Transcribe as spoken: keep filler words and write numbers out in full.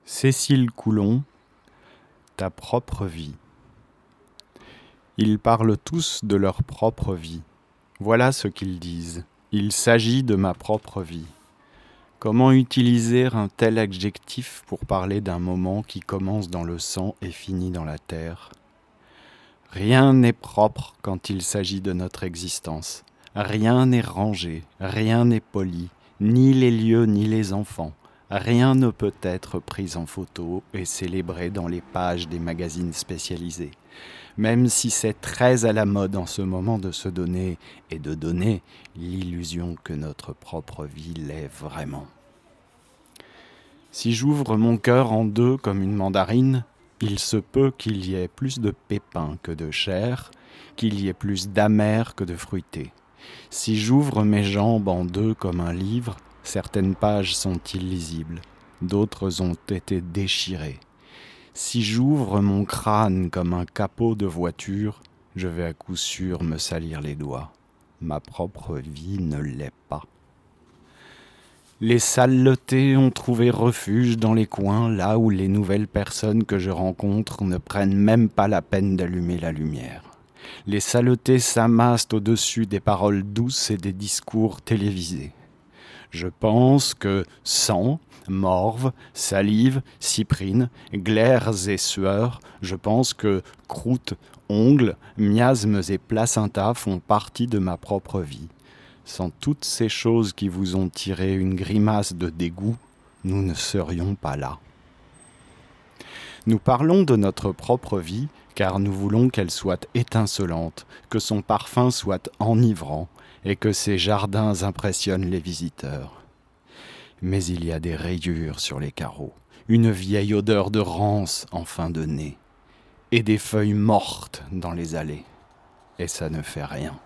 Cécile Coulon, ta propre vie. Ils parlent tous de leur propre vie. Voilà ce qu'ils disent. Il s'agit de ma propre vie. Comment utiliser un tel adjectif pour parler d'un moment qui commence dans le sang et finit dans la terre ? Rien n'est propre quand il s'agit de notre existence. Rien n'est rangé, rien n'est poli, ni les lieux ni les enfants. Rien ne peut être pris en photo et célébré dans les pages des magazines spécialisés. Même si c'est très à la mode en ce moment de se donner et de donner l'illusion que notre propre vie l'est vraiment. Si j'ouvre mon cœur en deux comme une mandarine, il se peut qu'il y ait plus de pépins que de chair, qu'il y ait plus d'amer que de fruité. Si j'ouvre mes jambes en deux comme un livre, certaines pages sont illisibles, d'autres ont été déchirées. Si j'ouvre mon crâne comme un capot de voiture, je vais à coup sûr me salir les doigts. Ma propre vie ne l'est pas. Les saletés ont trouvé refuge dans les coins, là où les nouvelles personnes que je rencontre ne prennent même pas la peine d'allumer la lumière. Les saletés s'amassent au-dessus des paroles douces et des discours télévisés. Je pense que sang, morve, salive, cyprine, glaires et sueur, je pense que croûte, ongles, miasmes et placentas font partie de ma propre vie. Sans toutes ces choses qui vous ont tiré une grimace de dégoût, nous ne serions pas là. Nous parlons de notre propre vie car nous voulons qu'elle soit étincelante, que son parfum soit enivrant et que ses jardins impressionnent les visiteurs. Mais il y a des rayures sur les carreaux, une vieille odeur de rance en fin de nez, et des feuilles mortes dans les allées. Et ça ne fait rien.